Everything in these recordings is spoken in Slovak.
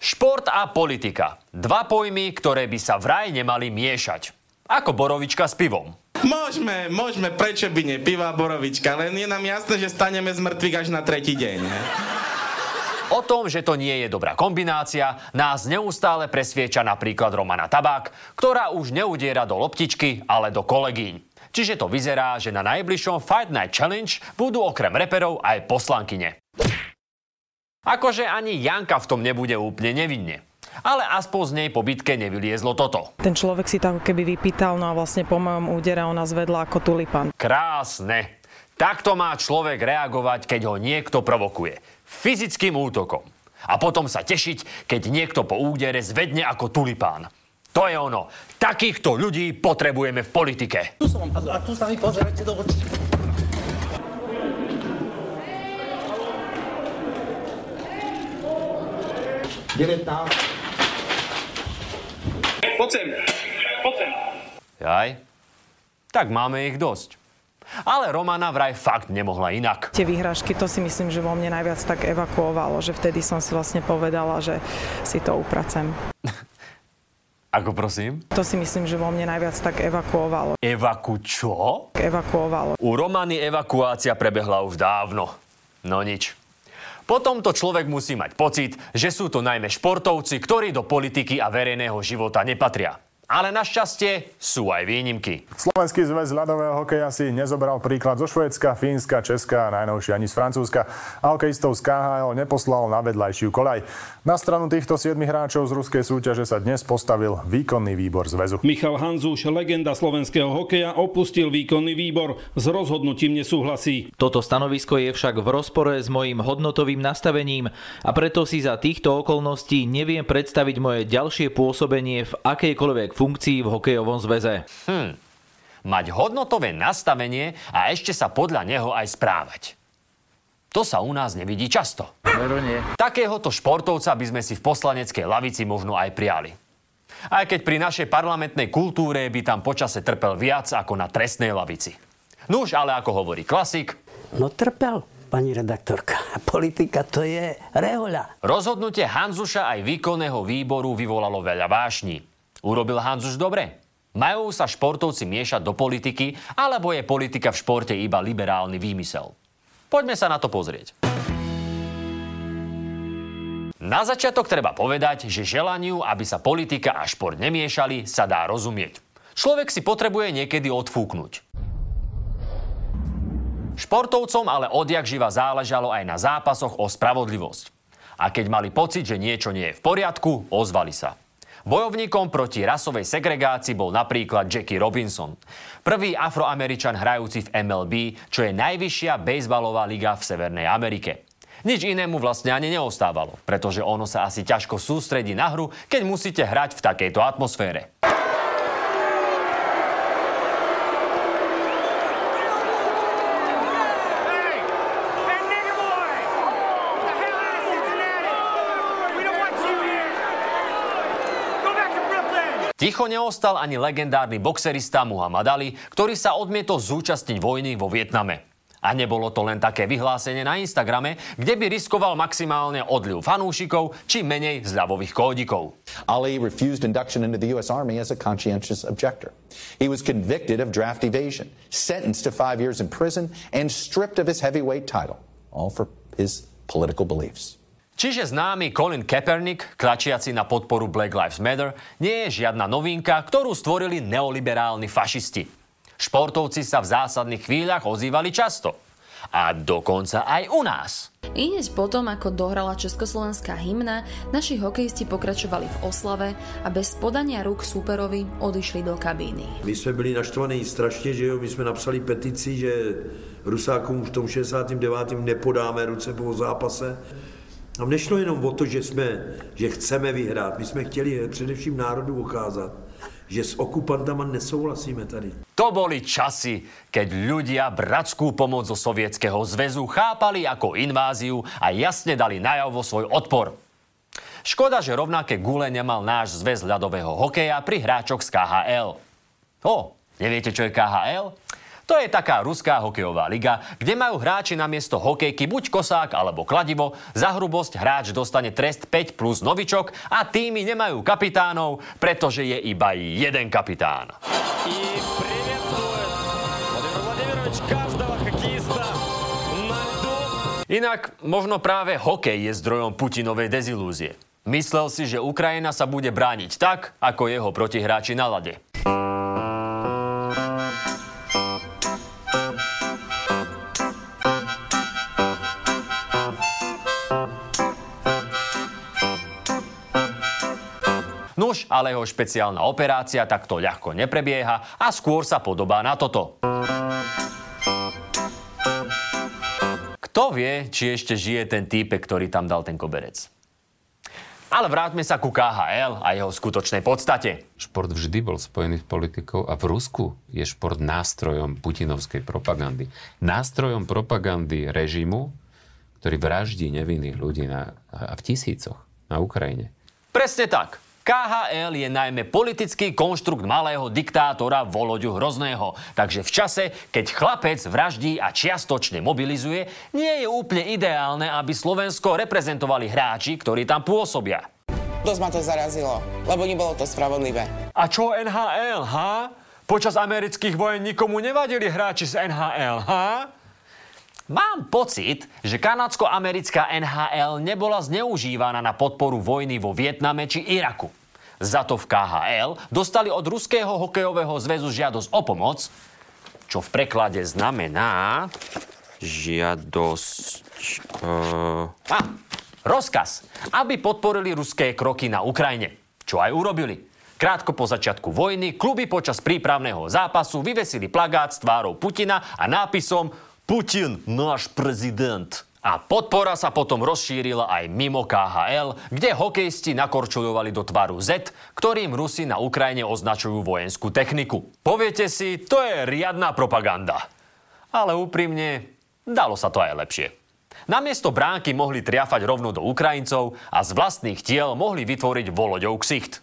Šport a politika. Dva pojmy, ktoré by sa vraj nemali miešať. Ako borovička s pivom. Môžeme, prečo by nie? Piva a borovička, len je nám jasné, že staneme z mŕtvych až na tretí deň. Ne? O tom, že to nie je dobrá kombinácia, nás neustále presvieča napríklad Romana Tabák, ktorá už neudiera do loptičky, ale do kolegyň. Čiže to vyzerá, že na najbližšom Fight Night Challenge budú okrem reperov aj poslankyne. Akože ani Janka v tom nebude úplne nevinne. Ale aspoň z nej po bitke nevyliezlo toto. Ten človek si to ako keby vypýtal, no a vlastne po mojom údere ona zvedla ako tulipán. Krásne. Takto má človek reagovať, keď ho niekto provokuje. Fyzickým útokom. A potom sa tešiť, keď niekto po údere zvedne ako tulipán. To je ono. Takýchto ľudí potrebujeme v politike. Tu som a tu sa mi pozerajte do očí. Poď sem. Jaj? Tak máme ich dosť. Ale Romana vraj fakt nemohla inak. Tie výhražky, to si myslím, že vo mne najviac tak evakuovalo, že vtedy som si vlastne povedala, že si to upracem. Ako prosím? To si myslím, že vo mne najviac tak evakuovalo. Čo? Evakuovalo. U Romany evakuácia prebehla už dávno. No nič. Potom to človek musí mať pocit, že sú to najmä športovci, ktorí do politiky a verejného života nepatria. Ale našťastie sú aj výnimky. Slovenský zväz ľadového hokeja si nezobral príklad zo Švédska, Fínska, Česka a najnovšie ani z Francúzska. A hokejistov z KHL neposlal na vedľajšiu koľaj. Na stranu týchto 7 hráčov z ruskej súťaže sa dnes postavil výkonný výbor zväzu. Michal Hanzuš, legenda slovenského hokeja, opustil výkonný výbor. S rozhodnutím nesúhlasí. Toto stanovisko je však v rozpore s mojím hodnotovým nastavením a preto si za týchto okolností neviem predstaviť moje ďalšie pôsobenie v akejkoľvek funkcii v hokejovom zväze. Mať hodnotové nastavenie a ešte sa podľa neho aj správať. To sa u nás nevidí často. Takéhoto športovca by sme si v poslaneckej lavici možno aj prijali. Aj keď pri našej parlamentnej kultúre by tam počase trpel viac ako na trestnej lavici. Nuž, ale ako hovorí klasik... No trpel, pani redaktorka. Politika to je rehoľa. Rozhodnutie Hanzuša aj výkonného výboru vyvolalo veľa vášní. Urobil Hanzuš dobre? Majú sa športovci miešať do politiky, alebo je politika v športe iba liberálny výmysel? Poďme sa na to pozrieť. Na začiatok treba povedať, že želaniu, aby sa politika a šport nemiešali, sa dá rozumieť. Človek si potrebuje niekedy odfúknuť. Športovcom ale odjakživa záležalo aj na zápasoch o spravodlivosť. A keď mali pocit, že niečo nie je v poriadku, ozvali sa. Bojovníkom proti rasovej segregácii bol napríklad Jackie Robinson, prvý Afroameričan hrajúci v MLB, čo je najvyššia bejzbalová liga v Severnej Amerike. Nič inému vlastne ani neostávalo, pretože ono sa asi ťažko sústredí na hru, keď musíte hrať v takejto atmosfére. Ticho neostal ani legendárny boxerista Muhammad Ali, ktorý sa odmietol zúčastniť vojny vo Vietname. A nebolo to len také vyhlásenie na Instagrame, kde by riskoval maximálne odliv fanúšikov či menej zľavových kódikov. Ali refused induction into the U.S. Army as a conscientious objector. He was convicted of draft evasion, sentenced to 5 years in prison, and stripped of his heavyweight title, all for his political beliefs. Čiže známy Colin Kaepernick, tlačiaci na podporu Black Lives Matter, nie je žiadna novinka, ktorú stvorili neoliberálni fašisti. Športovci sa v zásadných chvíľach ozývali často. A dokonca aj u nás. Ihneď potom, ako dohrala československá hymna, naši hokejisti pokračovali v oslave a bez podania rúk súperovi odišli do kabíny. My jsme byli naštvaní strašně, že jo, my jsme napsali petici, že Rusákům v tom 69. nepodáme ruce po zápase. Nám nešlo jenom o to, že chceme vyhrát. My jsme chtěli především národu ukázat, že s okupantama nesouhlasíme tady. To boli časy, keď ľudia bratskú pomoc zo Sovietskeho zväzu chápali ako inváziu a jasne dali najavo svoj odpor. Škoda, že rovnaké gule nemal náš zväz ľadového hokeja pri hráčoch z KHL. Neviete, čo je KHL? To je taká ruská hokejová liga, kde majú hráči namiesto hokejky buď kosák alebo kladivo, za hrubosť hráč dostane trest 5 plus novičok a týmy nemajú kapitánov, pretože je iba jeden kapitán. Inak možno práve hokej je zdrojom Putinovej dezilúzie. Myslel si, že Ukrajina sa bude brániť tak, ako jeho protihráči na ľade. Nuž, ale jeho špeciálna operácia takto ľahko neprebieha a skôr sa podobá na toto. Kto vie, či ešte žije ten týpek, ktorý tam dal ten koberec. Ale vráťme sa ku KHL a jeho skutočnej podstate. Šport vždy bol spojený s politikou a v Rusku je šport nástrojom putinovskej propagandy. Nástrojom propagandy režimu, ktorý vraždí nevinných ľudí v tisícoch na Ukrajine. Presne tak. KHL je najmä politický konštrukt malého diktátora Voloďu Hrozného. Takže v čase, keď chlapec vraždí a čiastočne mobilizuje, nie je úplne ideálne, aby Slovensko reprezentovali hráči, ktorí tam pôsobia. Dosť ma to zarazilo, lebo nebolo to spravodlivé. A čo NHL, ha? Počas amerických vojen nikomu nevadili hráči z NHL, ha? Mám pocit, že kanadsko-americká NHL nebola zneužívaná na podporu vojny vo Vietname či Iraku. Za to v KHL dostali od Ruského hokejového zväzu žiadosť o pomoc, čo v preklade znamená rozkaz, aby podporili ruské kroky na Ukrajine, čo aj urobili. Krátko po začiatku vojny kluby počas prípravného zápasu vyvesili plagát s tvárou Putina a nápisom Putin, náš prezident. A podpora sa potom rozšírila aj mimo KHL, kde hokejisti nakorčuľovali do tvaru Z, ktorým Rusi na Ukrajine označujú vojenskú techniku. Poviete si, to je riadna propaganda. Ale úprimne, dalo sa to aj lepšie. Namiesto bránky mohli triafať rovno do Ukrajincov a z vlastných tiel mohli vytvoriť Voloďov ksicht.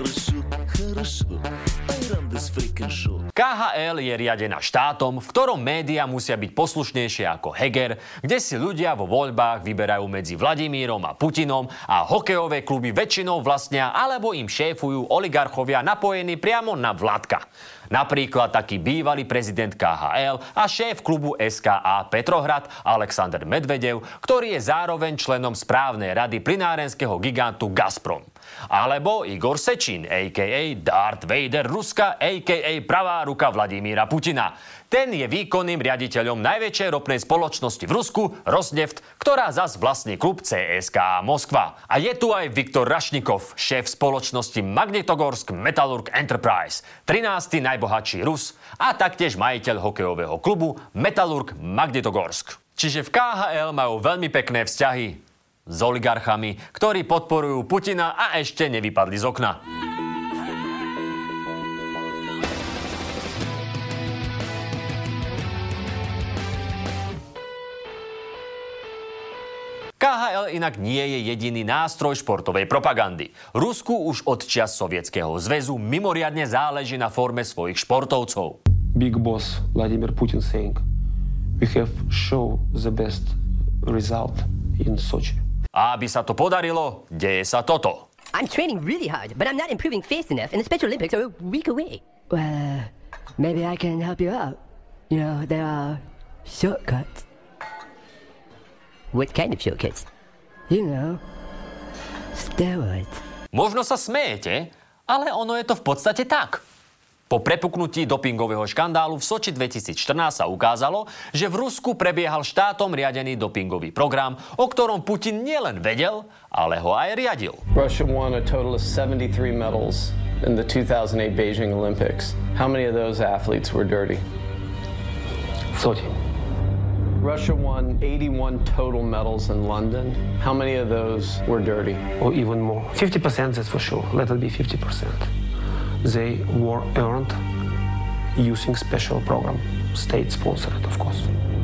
KHL je riadená štátom, v ktorom médiá musia byť poslušnejšie ako Heger, kde si ľudia vo voľbách vyberajú medzi Vladimírom a Putinom a hokejové kluby väčšinou vlastnia alebo im šéfujú oligarchovia napojení priamo na Vladka. Napríklad taký bývalý prezident KHL a šéf klubu SKA Petrohrad Alexander Medvedev, ktorý je zároveň členom správnej rady plynárenského gigantu Gazprom. Alebo Igor Sečin, a.k.a. Darth Vader Ruska, a.k.a. pravá ruka Vladimíra Putina. Ten je výkonným riaditeľom najväčšej ropnej spoločnosti v Rusku, Rosneft, ktorá zas vlastní klub CSKA Moskva. A je tu aj Viktor Rašnikov, šéf spoločnosti Magnitogorsk Metallurg Enterprise, 13. najbohatší Rus a taktiež majiteľ hokejového klubu Metallurg Magnitogorsk. Čiže v KHL majú veľmi pekné vzťahy s oligarchami, ktorí podporujú Putina a ešte nevypadli z okna. KHL inak nie je jediný nástroj športovej propagandy. Rusku už od čias Sovietskeho zväzu mimoriadne záleží na forme svojich športovcov. Big boss Vladimir Putin saying, we have show the best result in Sochi. A aby sa to podarilo, deje sa toto. I'm training really hard, but I'm not improving fast enough and the Special Olympics are a week away. Well, maybe I can help you out. You know, there are shortcuts. What kind of shortcuts? You know, steroids. Možno sa smejete, ale ono je to v podstate tak. Po prepuknutí dopingového škandálu v Soči 2014 sa ukázalo, že v Rusku prebiehal štátom riadený dopingový program, o ktorom Putin nielen vedel, ale ho aj riadil. Russia won a total of 73 medals in the 2008 Beijing Olympics. How many of those athletes were dirty? 30. Russia won 81 total medals in London. How many of those were dirty? Or even more. 50%, that's for sure. Let it be 50%. They were earned using special program, state-sponsored, of course.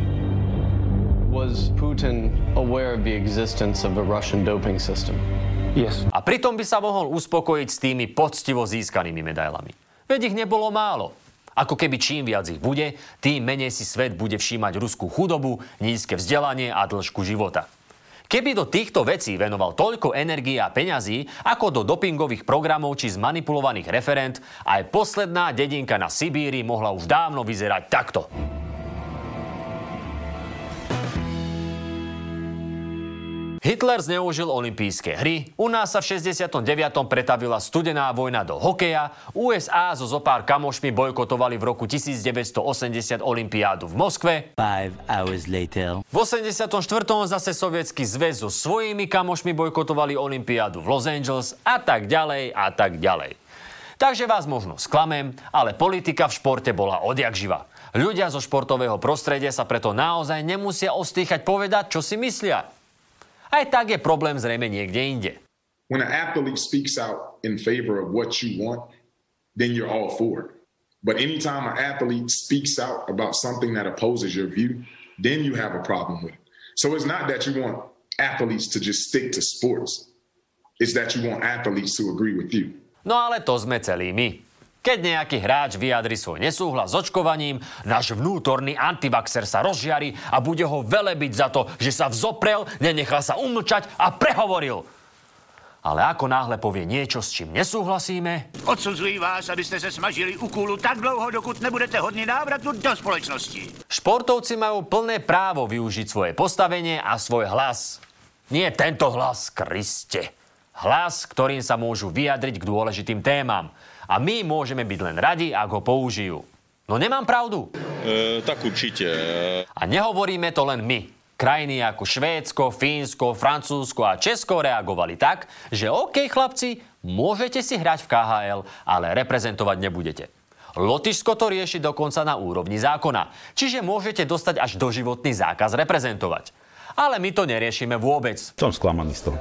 Was Putin aware of the existence of a Russian doping system? Yes. A pritom by sa mohol uspokojiť s tými poctivo získanými medailami. Veď ich nebolo málo. Ako keby čím viac ich bude, tým menej si svet bude všímať ruskú chudobu, nízke vzdelanie a dĺžku života. Keby do týchto vecí venoval toľko energie a peňazí, ako do dopingových programov či zmanipulovaných referent, aj posledná dedinka na Sibíri mohla už dávno vyzerať takto. Hitler zneužil olympijské hry, u nás sa v 69. pretavila studená vojna do hokeja, USA so zopár kamošmi bojkotovali v roku 1980 olympiádu v Moskve. 5 hours later. V 84. zase Sovietsky zväz so svojimi kamošmi bojkotovali olympiádu v Los Angeles a tak ďalej a tak ďalej. Takže vás možno sklamem, ale politika v športe bola odjak živa. Ľudia zo športového prostredia sa preto naozaj nemusia ostýchať povedať, čo si myslia. Aj tak je problém zrejme niekde inde. When an athlete speaks out in favor of what you want, then you're all for it. But anytime an athlete speaks out about something that opposes your view, then you have a problem with it. So it's not that you want athletes to just stick to sports. It's that you want athletes to agree with you. No ale to sme celí my. Keď nejaký hráč vyjadri svoj nesúhlas s očkovaním, náš vnútorný antivaxer sa rozžiari a bude ho velebiť za to, že sa vzoprel, nenechal sa umlčať a prehovoril. Ale ako náhle povie niečo, s čím nesúhlasíme... Odsudzuji vás, abyste se smažili u kúlu tak dlouho, dokud nebudete hodní návratu do spoločnosti. Športovci majú plné právo využiť svoje postavenie a svoj hlas. Nie tento hlas, Kriste. Hlas, ktorým sa môžu vyjadriť k dôležitým témam. A my môžeme byť len radi, ak ho použijú. No nemám pravdu? Tak určite. A nehovoríme to len my. Krajiny ako Švédsko, Fínsko, Francúzsko a Česko reagovali tak, že OK, chlapci, môžete si hrať v KHL, ale reprezentovať nebudete. Lotyšsko to rieši dokonca na úrovni zákona. Čiže môžete dostať až doživotný zákaz reprezentovať. Ale my to neriešime vôbec. Som sklamaný z toho.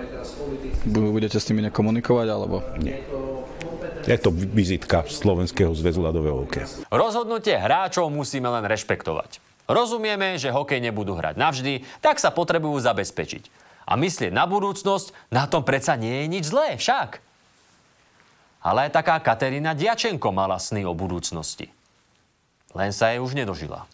Budete s nimi nekomunikovať, alebo nie? Je to vizitka Slovenského zväzu ľadového hokeja. Rozhodnutie hráčov musíme len rešpektovať. Rozumieme, že hokej nebudú hrať navždy, tak sa potrebujú zabezpečiť. A myslieť na budúcnosť, na tom predsa nie je nič zlé, však. Ale aj taká Katerína Diačenko mala sny o budúcnosti. Len sa jej už nedožila.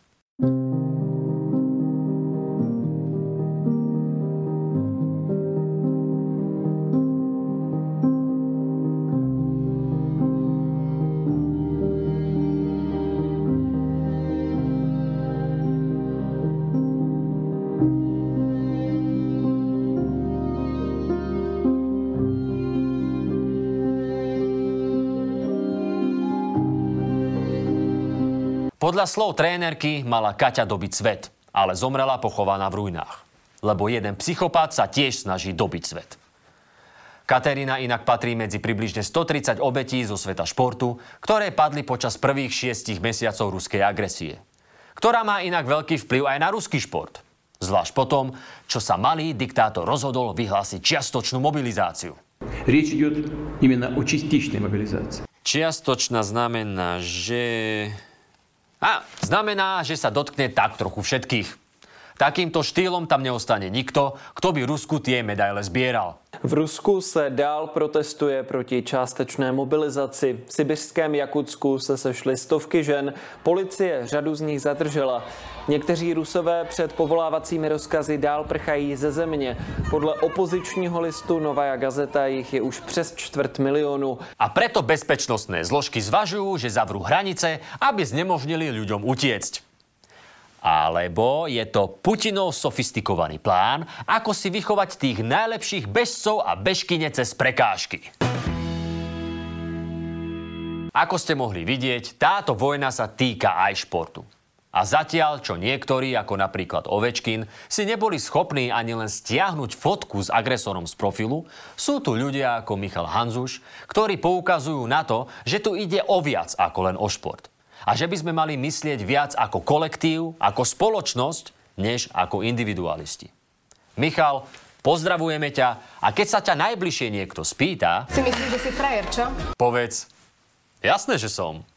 Podľa slov trénerky mala Kaťa dobiť svet, ale zomrela pochovaná v ruinách. Lebo jeden psychopat sa tiež snaží dobiť svet. Katerína inak patrí medzi približne 130 obetí zo sveta športu, ktoré padli počas prvých 6 mesiacov ruskej agresie. Ktorá má inak veľký vplyv aj na ruský šport. Zvlášť potom, čo sa malý diktátor rozhodol vyhlásiť čiastočnú mobilizáciu. Речь идет именно о частичной мобилизации. Čiastočná znamená, že sa dotkne tak trochu všetkých. Takýmto štýlom tam neostane nikto, kto by Rusku tie medaile sbíral. V Rusku se dál protestuje proti částečné mobilizaci. V sibiřském Jakutsku se sešly stovky žen, policie řadu z nich zadržela. Někteří Rusové před povolávacími rozkazy dál prchají ze země. Podle opozičního listu Novaja Gazeta jich je už přes 250 000. A preto bezpečnostné zložky zvažujú, že zavrú hranice, aby znemožnili ľuďom utiecť. Alebo je to Putinov sofistikovaný plán, ako si vychovať tých najlepších bežcov a bežkyne cez prekážky. Ako ste mohli vidieť, táto vojna sa týka aj športu. A zatiaľ, čo niektorí, ako napríklad Ovečkin, si neboli schopní ani len stiahnuť fotku s agresorom z profilu, sú tu ľudia ako Michal Hanzuš, ktorí poukazujú na to, že tu ide o viac ako len o šport. A že by sme mali myslieť viac ako kolektív, ako spoločnosť, než ako individualisti. Michal, pozdravujeme ťa a keď sa ťa najbližšie niekto spýta... Si myslíš, že si frajer, čo? Povedz, jasné, že som.